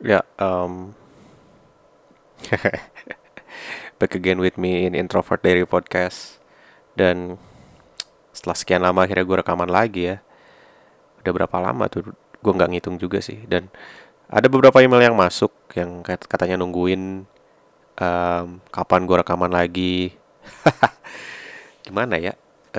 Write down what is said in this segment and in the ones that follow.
Ya, back again with me in Introvert Diary Podcast. Dan setelah sekian lama akhirnya gue rekaman lagi ya. Udah berapa lama tuh? Gue nggak ngitung juga sih. Dan ada beberapa email yang masuk yang katanya nungguin kapan gue rekaman lagi. Gimana ya?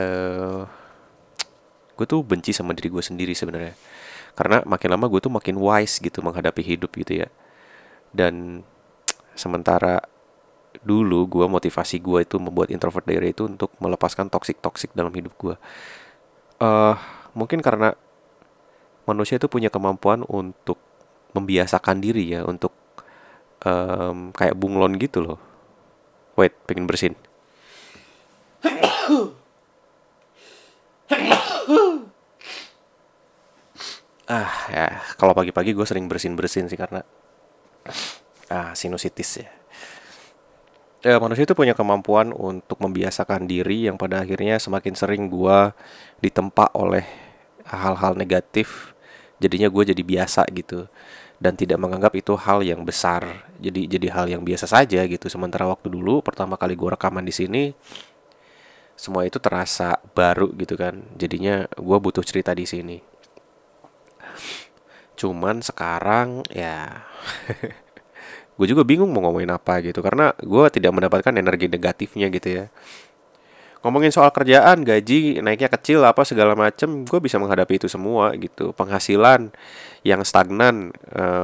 Gue tuh benci sama diri gue sendiri sebenarnya. Karena makin lama gue tuh makin wise gitu menghadapi hidup gitu ya. Dan sementara dulu gue motivasi gue itu membuat introvert diary itu untuk melepaskan toxic toxic dalam hidup gue. eh Mungkin karena manusia itu punya kemampuan untuk membiasakan diri ya untuk kayak bunglon gitu loh. Wait, pengen bersin. Ya, kalau pagi-pagi gue sering bersin-bersin sih karena sinusitis ya. Manusia itu punya kemampuan untuk membiasakan diri yang pada akhirnya semakin sering gue ditempa oleh hal-hal negatif, jadinya gue jadi biasa gitu dan tidak menganggap itu hal yang besar. Jadi hal yang biasa saja gitu. Sementara waktu dulu pertama kali gue rekaman di sini, semua itu terasa baru gitu kan. Jadinya gue butuh cerita di sini. Cuman sekarang ya gue juga bingung mau ngomongin apa gitu karena gue tidak mendapatkan energi negatifnya gitu ya. Ngomongin soal kerjaan, gaji naiknya kecil apa segala macem, gue bisa menghadapi itu semua gitu. Penghasilan yang stagnan,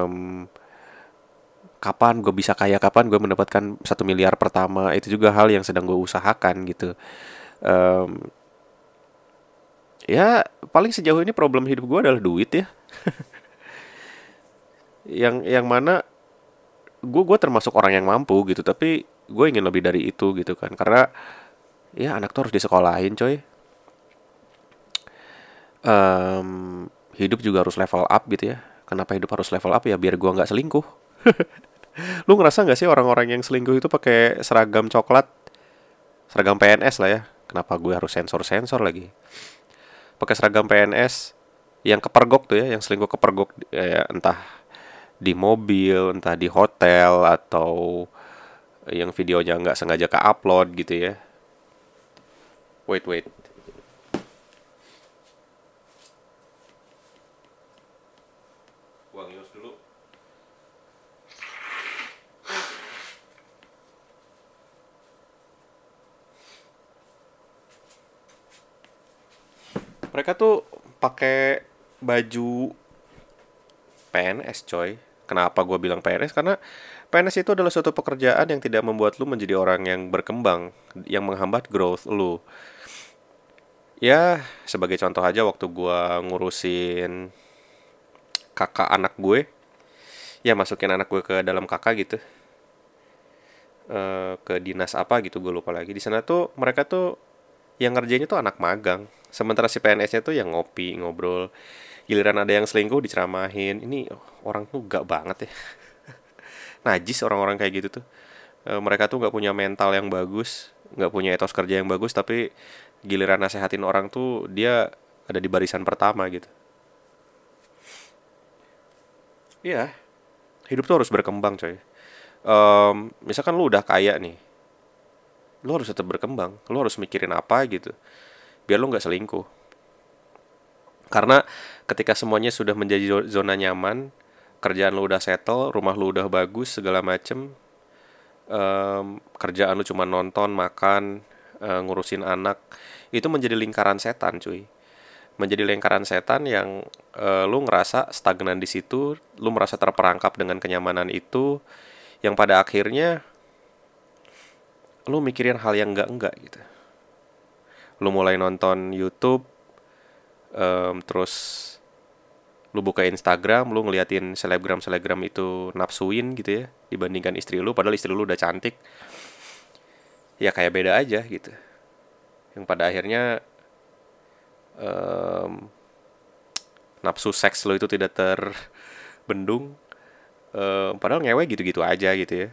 kapan gue bisa kaya, kapan gue mendapatkan 1 miliar pertama, itu juga hal yang sedang gue usahakan gitu. Em, Ya paling sejauh ini problem hidup gue adalah duit ya. Yang mana gue termasuk orang yang mampu gitu, tapi gue ingin lebih dari itu gitu kan. Karena ya anak tuh harus disekolahin coy. Em, Hidup juga harus level up gitu ya. Kenapa hidup harus level up ya? Biar gue nggak selingkuh. Lu ngerasa nggak sih orang-orang yang selingkuh itu pakai seragam coklat, seragam PNS lah ya? Kenapa gue harus sensor-sensor lagi? Pakai seragam PNS yang kepergok tuh ya, yang selingkuh kepergok ya, entah di mobil, entah di hotel atau yang videonya nggak sengaja ke upload gitu ya. Wait wait, gua ngius dulu. Mereka tuh pakai baju PNS coy. Kenapa gue bilang PNS? Karena PNS itu adalah suatu pekerjaan yang tidak membuat lu menjadi orang yang berkembang, yang menghambat growth lu. Ya, sebagai contoh aja waktu gue ngurusin kakak anak gue, ya masukin anak gue ke dalam kakak gitu, ke dinas apa gitu gue lupa lagi. Di sana tuh mereka tuh yang ngerjainnya tuh anak magang. Sementara si PNS-nya tuh yang ngopi, ngobrol. Giliran ada yang selingkuh diceramahin. Ini orang tuh gak banget ya. Najis orang-orang kayak gitu tuh. Mereka tuh nggak punya mental yang bagus, nggak punya etos kerja yang bagus, tapi giliran nasehatin orang tuh dia ada di barisan pertama gitu. Iya, hidup tuh harus berkembang coy. Misalkan lu udah kaya nih, lu harus tetap berkembang, lu harus mikirin apa gitu, biar lu nggak selingkuh. Karena ketika semuanya sudah menjadi zona nyaman, kerjaan lu udah settle, rumah lu udah bagus segala macem, kerjaan lu cuma nonton, makan, ngurusin anak, itu menjadi lingkaran setan cuy. Menjadi lingkaran setan yang lu ngerasa stagnan di situ, lu merasa terperangkap dengan kenyamanan itu, yang pada akhirnya lu mikirin hal yang enggak gitu. Lu mulai nonton YouTube, terus lu buka Instagram, lu ngeliatin selebgram-selebgram itu napsuin gitu ya, dibandingkan istri lu, padahal istri lu udah cantik. Ya kayak beda aja gitu. Yang pada akhirnya em, nafsu seks lu itu tidak terbendung. Padahal ngewe gitu-gitu aja gitu ya.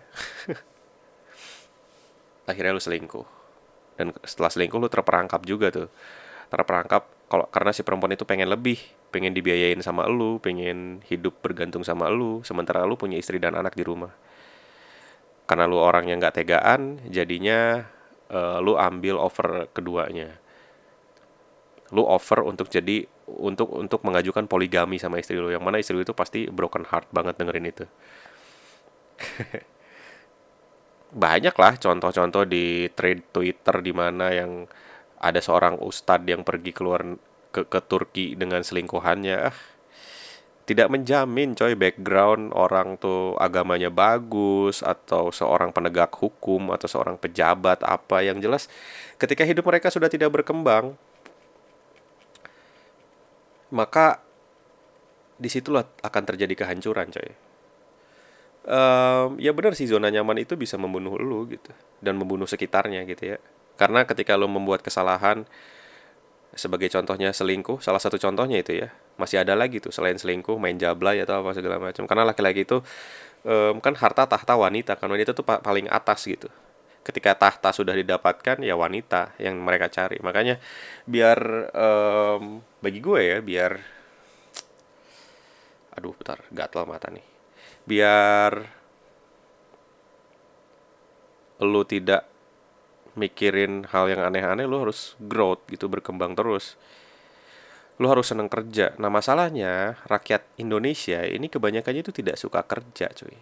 Akhirnya lu selingkuh. Dan setelah selingkuh lu terperangkap juga tuh. Terperangkap kalau karena si perempuan itu pengen lebih, pengen dibiayain sama lu, pengen hidup bergantung sama lu, sementara lu punya istri dan anak di rumah. Karena lu orang yang nggak tegaan, jadinya lu ambil offer keduanya. Lu offer untuk jadi untuk mengajukan poligami sama istri lu, yang mana istri lu itu pasti broken heart banget dengerin itu. Banyak lah contoh-contoh di thread Twitter di mana yang ada seorang ustadz yang pergi keluar ke Turki dengan selingkuhannya. Tidak menjamin coy background orang tuh agamanya bagus atau seorang penegak hukum atau seorang pejabat apa, yang jelas ketika hidup mereka sudah tidak berkembang, maka disitulah akan terjadi kehancuran coy. Ya benar sih, zona nyaman itu bisa membunuh lu gitu dan membunuh sekitarnya gitu ya. Karena ketika lu membuat kesalahan, sebagai contohnya selingkuh, salah satu contohnya itu ya. Masih ada lagi tuh selain selingkuh, main jablay atau apa segala macam. Karena laki-laki itu kan harta tahta wanita, kan wanita tuh paling atas gitu. Ketika tahta sudah didapatkan, ya wanita yang mereka cari. Makanya biar bagi gue ya, biar aduh bentar, gatel mata nih. Biar lu tidak mikirin hal yang aneh-aneh, lu harus growth gitu, berkembang terus. Lu harus seneng kerja. Nah masalahnya rakyat Indonesia ini kebanyakannya itu tidak suka kerja cuy.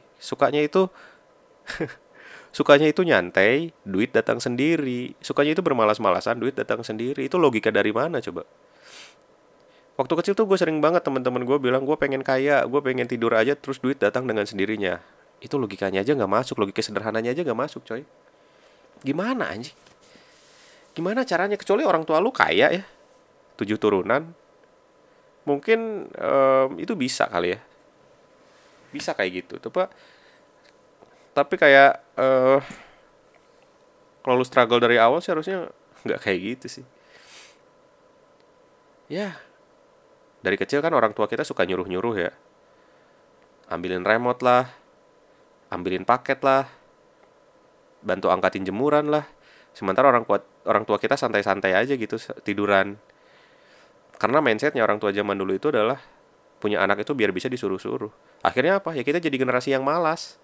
Sukanya itu nyantai, duit datang sendiri. Sukanya itu bermalas-malasan, duit datang sendiri. Itu logika dari mana coba? Waktu kecil tuh gue sering banget teman-teman gue bilang gue pengen kaya, gue pengen tidur aja terus duit datang dengan sendirinya. Itu logikanya aja nggak masuk, logika sederhananya aja nggak masuk coy. Gimana anjing? Gimana caranya, kecuali orang tua lu kaya ya, 7 turunan, mungkin itu bisa kali ya, bisa kayak gitu tuh pak. Tapi kayak kalau lu struggle dari awal sih harusnya nggak kayak gitu sih ya. Dari kecil kan orang tua kita suka nyuruh-nyuruh ya, ambilin remote lah, ambilin paket lah, bantu angkatin jemuran lah. Sementara orang tua kita santai-santai aja gitu tiduran. Karena mindsetnya orang tua zaman dulu itu adalah punya anak itu biar bisa disuruh-suruh. Akhirnya apa? Ya kita jadi generasi yang malas.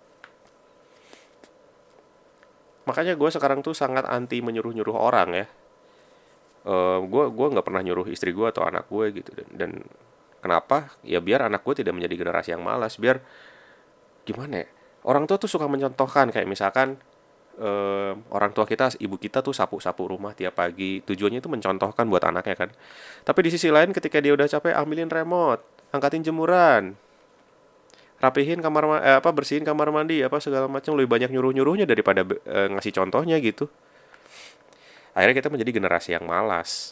Makanya gue sekarang tuh sangat anti menyuruh-nyuruh orang ya. Gue nggak pernah nyuruh istri gue atau anak gue gitu, dan kenapa? Ya biar anak gue tidak menjadi generasi yang malas. Biar gimana ya? Orang tua tuh suka mencontohkan kayak misalkan orang tua kita, ibu kita tuh sapu-sapu rumah tiap pagi. Tujuannya itu mencontohkan buat anaknya kan. Tapi di sisi lain ketika dia udah capek, ambilin remote, angkatin jemuran, rapihin bersihin kamar mandi apa segala macam, lebih banyak nyuruh-nyuruhnya daripada ngasih contohnya gitu. Akhirnya kita menjadi generasi yang malas.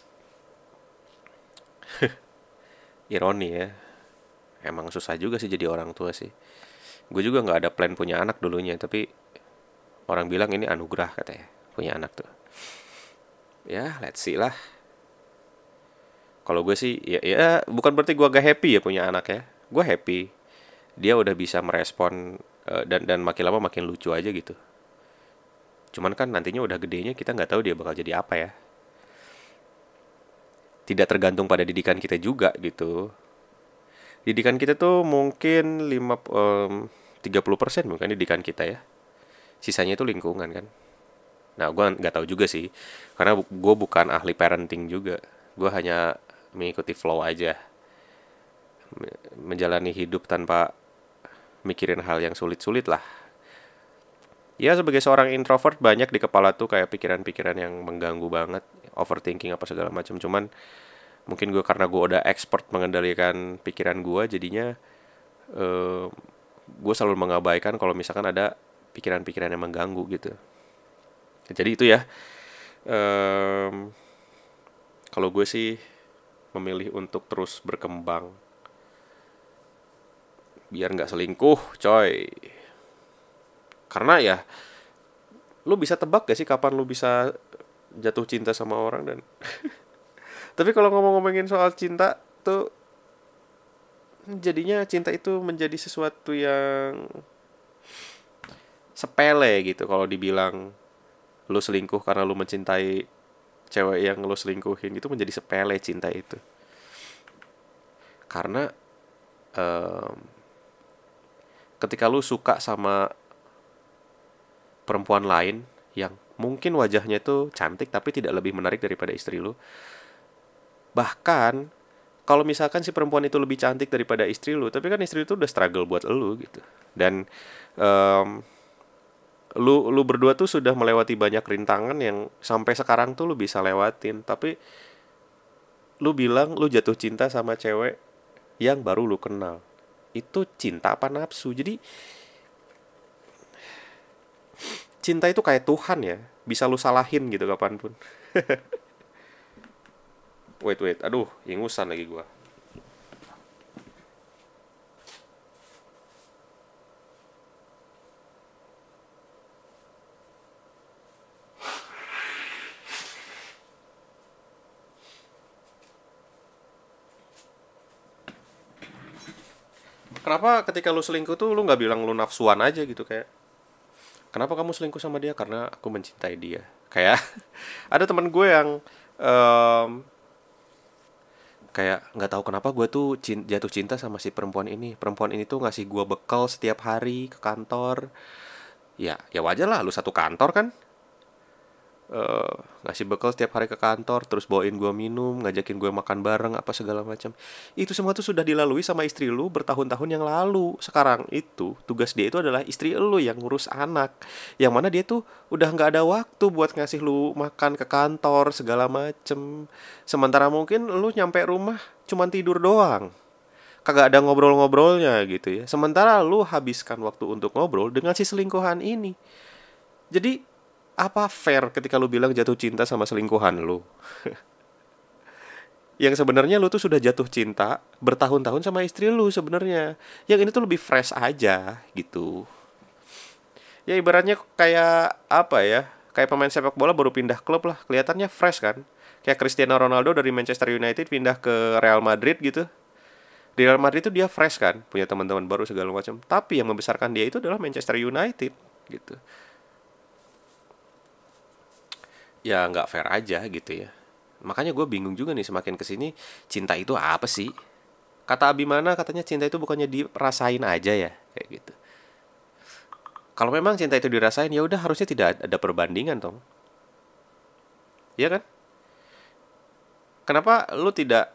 Ironi ya. Emang susah juga sih jadi orang tua sih. Gue juga nggak ada plan punya anak dulunya, tapi orang bilang ini anugerah katanya punya anak tuh. Ya, let's see lah. Kalau gue sih ya bukan berarti gue gak happy ya punya anak ya. Gue happy. Dia udah bisa merespon dan makin lama makin lucu aja gitu. Cuman kan nantinya udah gedenya kita nggak tahu dia bakal jadi apa ya. Tidak tergantung pada didikan kita juga gitu. Didikan kita tuh mungkin 30% mungkin didikan kita ya. Sisanya itu lingkungan kan. Nah, gue nggak tahu juga sih, karena gue bukan ahli parenting juga. Gue hanya mengikuti flow aja, menjalani hidup tanpa mikirin hal yang sulit-sulit lah. Ya sebagai seorang introvert banyak di kepala tuh kayak pikiran-pikiran yang mengganggu banget, overthinking apa segala macam. Cuman mungkin gue karena gue udah expert mengendalikan pikiran gue, jadinya gue selalu mengabaikan kalau misalkan ada pikiran-pikiran yang mengganggu gitu. Jadi itu ya. Kalau gue sih memilih untuk terus berkembang biar nggak selingkuh, coy. Karena ya, lu bisa tebak gak sih kapan lu bisa jatuh cinta sama orang dan tapi kalau ngomongin soal cinta tuh jadinya cinta itu menjadi sesuatu yang sepele gitu kalau dibilang lu selingkuh karena lu mencintai cewek yang lu selingkuhin, itu menjadi sepele cinta itu. Karena em, ketika lu suka sama perempuan lain yang mungkin wajahnya itu cantik tapi tidak lebih menarik daripada istri lu, bahkan kalau misalkan si perempuan itu lebih cantik daripada istri lu, tapi kan istri itu udah struggle buat lu gitu. Dan em, lu berdua tuh sudah melewati banyak rintangan yang sampai sekarang tuh lu bisa lewatin, tapi lu bilang lu jatuh cinta sama cewek yang baru lu kenal. Itu cinta apa nafsu? Jadi cinta itu kayak Tuhan ya, bisa lu salahin gitu kapanpun. Wait, aduh, ingusan lagi gua. Kenapa ketika lu selingkuh tuh lu nggak bilang lu nafsuan aja gitu, kayak kenapa kamu selingkuh sama dia? Karena aku mencintai dia. Kayak ada teman gue yang em, kayak nggak tahu kenapa gue tuh jatuh cinta sama si perempuan ini. Perempuan ini tuh ngasih gue bekal setiap hari ke kantor. Ya, ya wajar lah, lu satu kantor kan. eh Ngasih bekal setiap hari ke kantor, terus bawain gue minum, ngajakin gue makan bareng apa segala macam. Itu semua tuh sudah dilalui sama istri lu bertahun-tahun yang lalu. Sekarang itu tugas dia itu adalah istri lu yang ngurus anak, yang mana dia tuh udah nggak ada waktu buat ngasih lu makan ke kantor segala macem. Sementara mungkin lu nyampe rumah cuman tidur doang, kagak ada ngobrol-ngobrolnya gitu ya. Sementara lu habiskan waktu untuk ngobrol dengan si selingkuhan ini. Jadi apa fair ketika lu bilang jatuh cinta sama selingkuhan lu? Yang sebenarnya lu tuh sudah jatuh cinta bertahun-tahun sama istri lu sebenarnya. Yang ini tuh lebih fresh aja gitu. Ya ibaratnya kayak apa ya? Kayak pemain sepak bola baru pindah klub lah, kelihatannya fresh kan? Kayak Cristiano Ronaldo dari Manchester United pindah ke Real Madrid gitu. Di Real Madrid itu dia fresh kan, punya teman-teman baru segala macam. Tapi yang membesarkan dia itu adalah Manchester United gitu. Ya nggak fair aja gitu ya. Makanya gue bingung juga nih semakin kesini, cinta itu apa sih? Kata Abimana katanya cinta itu bukannya dirasain aja ya, kayak gitu. Kalau memang cinta itu dirasain, ya udah harusnya tidak ada perbandingan dong. Iya kan? Kenapa lu tidak?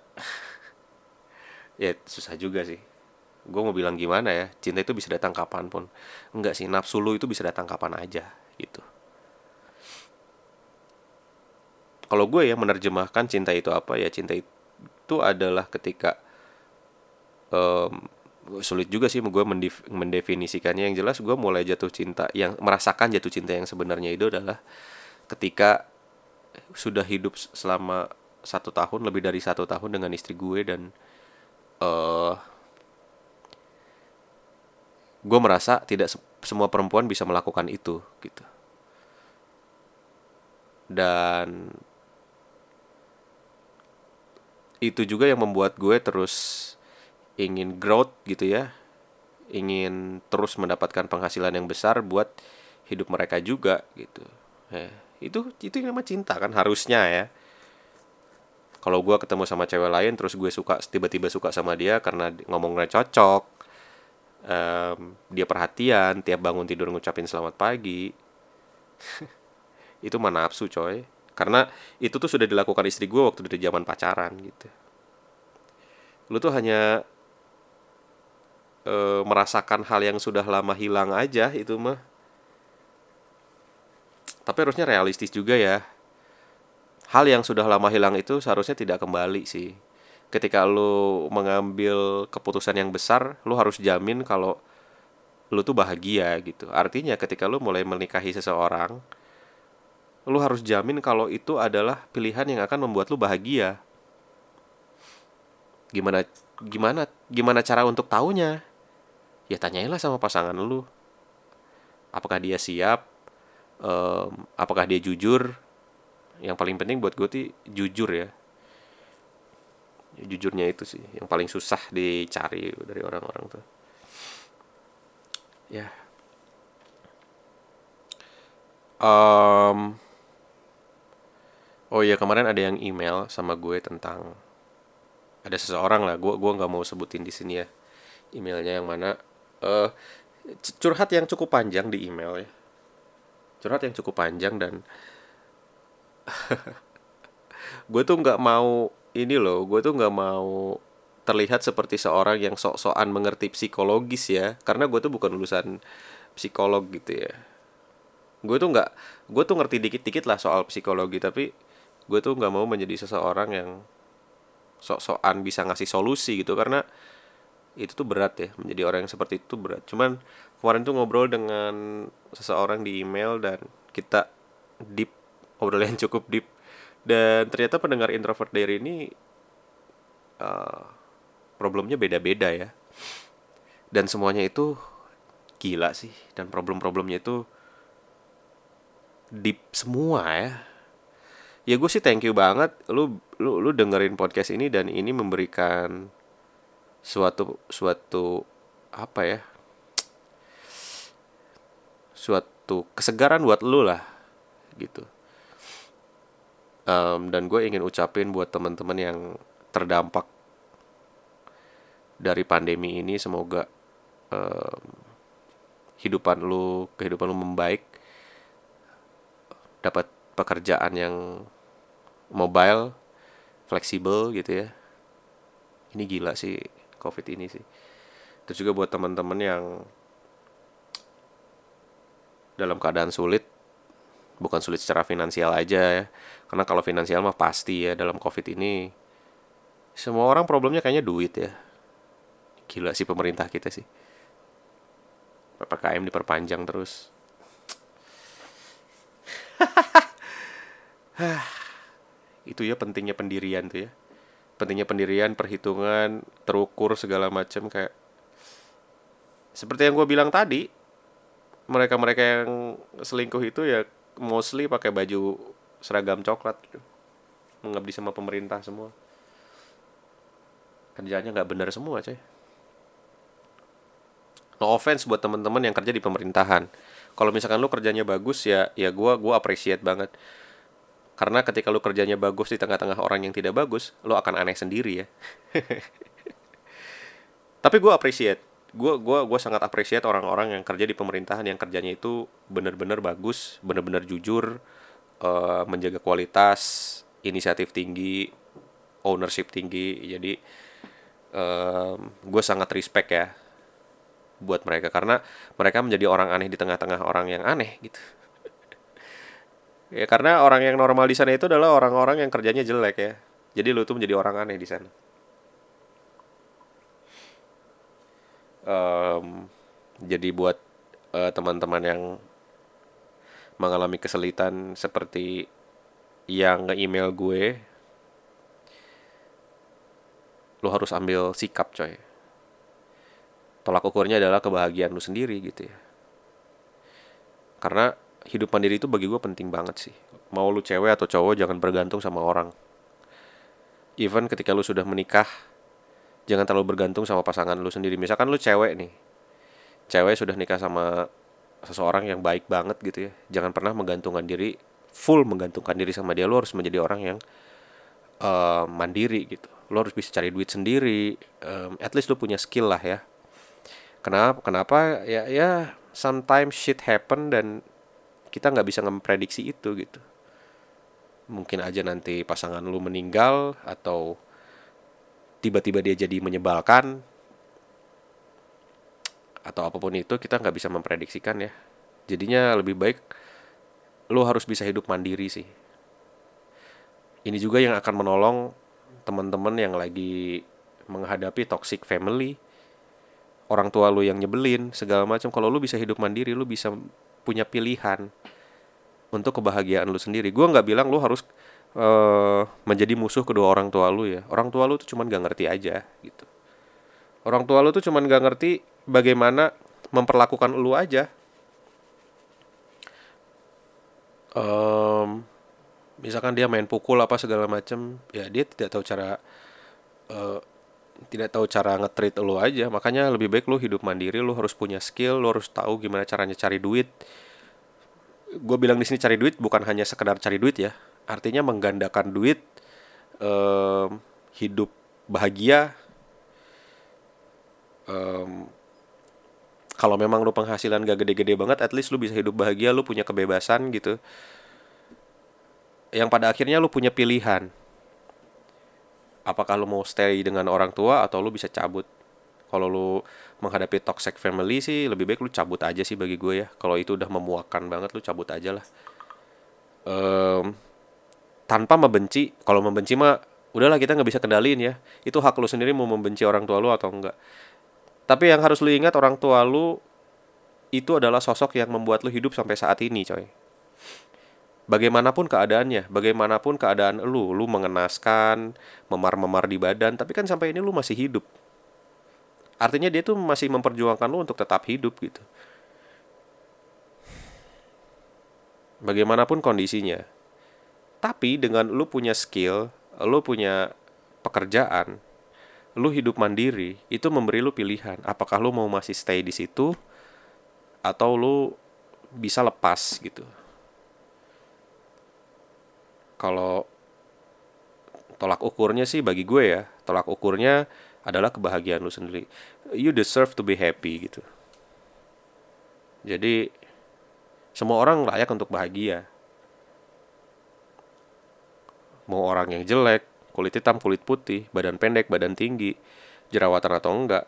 Ya susah juga sih. Gue mau bilang gimana ya? Cinta itu bisa datang kapanpun. Enggak sih, nafsu lu itu bisa datang kapan aja gitu. Kalau gue ya menerjemahkan cinta itu apa ya? Cinta itu adalah ketika em, sulit juga sih gue mendefinisikannya. Yang jelas gue mulai jatuh cinta, yang merasakan jatuh cinta yang sebenarnya itu adalah ketika sudah hidup selama 1 tahun, lebih dari 1 tahun dengan istri gue. Dan eh gue merasa tidak semua perempuan bisa melakukan itu gitu. Dan itu juga yang membuat gue terus ingin growth gitu ya, ingin terus mendapatkan penghasilan yang besar buat hidup mereka juga gitu. eh, itu yang namanya cinta kan harusnya ya. Kalau gue ketemu sama cewek lain terus gue suka, tiba-tiba suka sama dia karena ngomongnya cocok, dia perhatian, tiap bangun tidur ngucapin selamat pagi, itu mah nafsu coy. Karena itu tuh sudah dilakukan istri gue waktu dari zaman pacaran gitu. Lu tuh hanya merasakan hal yang sudah lama hilang aja itu mah. Tapi harusnya realistis juga ya. Hal yang sudah lama hilang itu seharusnya tidak kembali sih. Ketika lu mengambil keputusan yang besar, lu harus jamin kalau lu tuh bahagia gitu. Artinya ketika lu mulai menikahi seseorang, lu harus jamin kalau itu adalah pilihan yang akan membuat lu bahagia. Gimana gimana cara untuk taunya? Ya tanyailah sama pasangan lu. Apakah dia siap? Apakah dia jujur? Yang paling penting buat gue tuh jujur ya. Jujurnya itu sih yang paling susah dicari dari orang-orang tuh. Ya. Um, oh iya, kemarin ada yang email sama gue tentang ada seseorang lah, gua nggak mau sebutin di sini ya emailnya yang mana. eh Curhat yang cukup panjang di email ya, curhat yang cukup panjang, dan gue tuh nggak mau ini loh, gue tuh nggak mau terlihat seperti seorang yang sok-sokan mengerti psikologis ya, karena gue tuh bukan lulusan psikolog gitu ya. gue tuh nggak gue tuh ngerti dikit-dikit lah soal psikologi, tapi gue tuh nggak mau menjadi seseorang yang sok-sokan bisa ngasih solusi gitu, karena itu tuh berat ya, menjadi orang yang seperti itu berat. Cuman kemarin tuh ngobrol dengan seseorang di email, dan kita deep, obrolan yang cukup deep, dan ternyata pendengar introvert diary ini problemnya beda-beda ya, dan semuanya itu gila sih, dan problem-problemnya itu deep semua ya. Ya gue sih thank you banget lu dengerin podcast ini, dan ini memberikan suatu suatu apa ya, suatu kesegaran buat lu lah gitu. Dan gue ingin ucapin buat teman-teman yang terdampak dari pandemi ini, semoga kehidupan lu membaik, dapat pekerjaan yang mobile, fleksibel gitu ya. Ini gila sih COVID ini sih. Terus juga buat teman-teman yang dalam keadaan sulit, bukan sulit secara finansial aja ya. Karena kalau finansial mah pasti ya, dalam COVID ini semua orang problemnya kayaknya duit ya. Gila sih pemerintah kita sih. PPKM diperpanjang terus. Itu ya pentingnya pendirian tuh ya. Pentingnya pendirian, perhitungan, terukur segala macam, kayak seperti yang gue bilang tadi, mereka-mereka yang selingkuh itu ya mostly pakai baju seragam coklat gitu. Mengabdi sama pemerintah semua. Kerjanya nggak benar semua, coy. No offense buat teman-teman yang kerja di pemerintahan. Kalau misalkan lu kerjanya bagus ya, gua appreciate banget. Karena ketika lu kerjanya bagus di tengah-tengah orang yang tidak bagus, lu akan aneh sendiri ya. Tapi gua appreciate. Gua sangat appreciate orang-orang yang kerja di pemerintahan, yang kerjanya itu benar-benar bagus, benar-benar jujur, menjaga kualitas, inisiatif tinggi, ownership tinggi. Jadi gue sangat respect ya buat mereka, karena mereka menjadi orang aneh di tengah-tengah orang yang aneh gitu. Ya karena orang yang normal di sana itu adalah orang-orang yang kerjanya jelek ya. Jadi lu tuh menjadi orang aneh di sana. Em, jadi buat teman-teman yang mengalami kesulitan seperti yang nge-email gue, lu harus ambil sikap, coy. Tolak ukurnya adalah kebahagiaan lu sendiri gitu ya. Karena hidup mandiri itu bagi gue penting banget sih. Mau lu cewek atau cowok, jangan bergantung sama orang. Even ketika lu sudah menikah, jangan terlalu bergantung sama pasangan lu sendiri. Misalkan lu cewek nih, cewek sudah nikah sama seseorang yang baik banget gitu ya, jangan pernah full menggantungkan diri sama dia. Lu harus menjadi orang yang mandiri gitu. Lu harus bisa cari duit sendiri. At least lu punya skill lah ya. Kenapa ya sometimes shit happen, dan kita nggak bisa memprediksi itu gitu. Mungkin aja nanti pasangan lu meninggal, atau tiba-tiba dia jadi menyebalkan, atau apapun itu kita nggak bisa memprediksikan ya. Jadinya lebih baik lu harus bisa hidup mandiri sih. Ini juga yang akan menolong teman-teman yang lagi menghadapi toxic family, orang tua lu yang nyebelin segala macam. Kalau lu bisa hidup mandiri, lu bisa punya pilihan untuk kebahagiaan lu sendiri. Gua nggak bilang lu harus menjadi musuh kedua orang tua lu ya. Orang tua lu tuh cuman gak ngerti aja gitu. Orang tua lu tuh cuman gak ngerti bagaimana memperlakukan lu aja. Em, Misalkan dia main pukul apa segala macem, ya dia tidak tahu cara nge-treat lu aja. Makanya lebih baik lu hidup mandiri, lu harus punya skill, lu harus tahu gimana caranya cari duit. Gue bilang di sini cari duit bukan hanya sekedar cari duit ya. Artinya menggandakan duit, em, hidup bahagia, em, kalau memang lu penghasilan gak gede-gede banget, at least lu bisa hidup bahagia, lu punya kebebasan gitu. Yang pada akhirnya lu punya pilihan. Apakah lu mau stay dengan orang tua atau lu bisa cabut. Kalau lu menghadapi toxic family sih, lebih baik lu cabut aja sih bagi gue ya. Kalau itu udah memuakkan banget, lu cabut aja lah. Em, Tanpa membenci. Kalau membenci mah, udahlah kita nggak bisa kendaliin ya. Itu hak lu sendiri mau membenci orang tua lu atau enggak. Tapi yang harus lu ingat, orang tua lu itu adalah sosok yang membuat lu hidup sampai saat ini, coy. Bagaimanapun keadaannya, bagaimanapun keadaan lu mengenaskan, memar-memar di badan, tapi kan sampai ini lu masih hidup. Artinya dia tuh masih memperjuangkan lu untuk tetap hidup gitu. Bagaimanapun kondisinya. Tapi dengan lu punya skill, lu punya pekerjaan, lu hidup mandiri, itu memberi lu pilihan. Apakah lu mau masih stay di situ atau lu bisa lepas gitu. Kalau tolak ukurnya sih bagi gue ya, tolak ukurnya adalah kebahagiaan lu sendiri. You deserve to be happy gitu. Jadi semua orang layak untuk bahagia. Mau orang yang jelek, kulit hitam, kulit putih, badan pendek, badan tinggi, jerawatan atau enggak,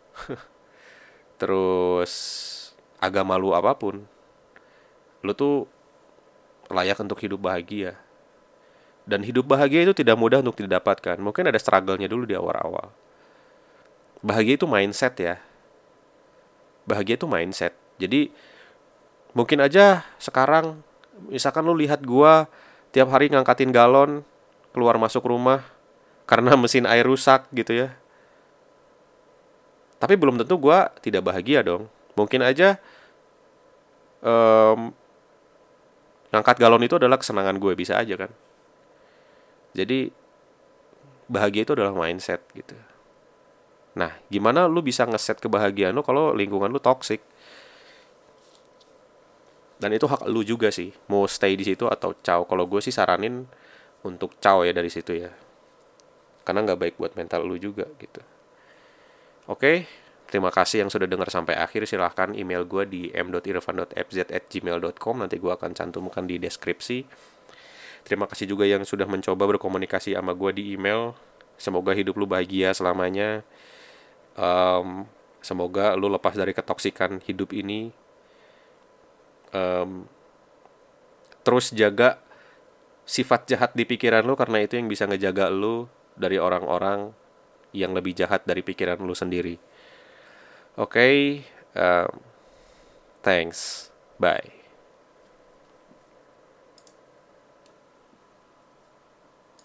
terus agama lu apapun, lu tuh layak untuk hidup bahagia. Dan hidup bahagia itu tidak mudah untuk didapatkan. Mungkin ada struggle-nya dulu di awal-awal. Bahagia itu mindset ya. Bahagia itu mindset. Jadi mungkin aja sekarang, misalkan lu lihat gua tiap hari ngangkatin galon keluar masuk rumah karena mesin air rusak gitu ya. Tapi belum tentu gua tidak bahagia dong. Mungkin aja em, ngangkat galon itu adalah kesenangan gue, bisa aja kan. Jadi bahagia itu adalah mindset gitu. Nah, gimana lu bisa ngeset kebahagiaan lu kalau lingkungan lu toxic? Dan itu hak lu juga sih, mau stay di situ atau caw. Kalau gue sih saranin untuk caw ya dari situ ya. Karena nggak baik buat mental lu juga gitu. Oke, terima kasih yang sudah dengar sampai akhir. Silahkan email gue di m.irfan.fz@gmail.com. Nanti gue akan cantumkan di deskripsi. Terima kasih juga yang sudah mencoba berkomunikasi sama gue di email. Semoga hidup lu bahagia selamanya. Semoga lu lepas dari ketoksikan hidup ini. Terus jaga sifat jahat di pikiran lu, karena itu yang bisa ngejaga lu dari orang-orang yang lebih jahat dari pikiran lu sendiri. Oke, thanks. Bye.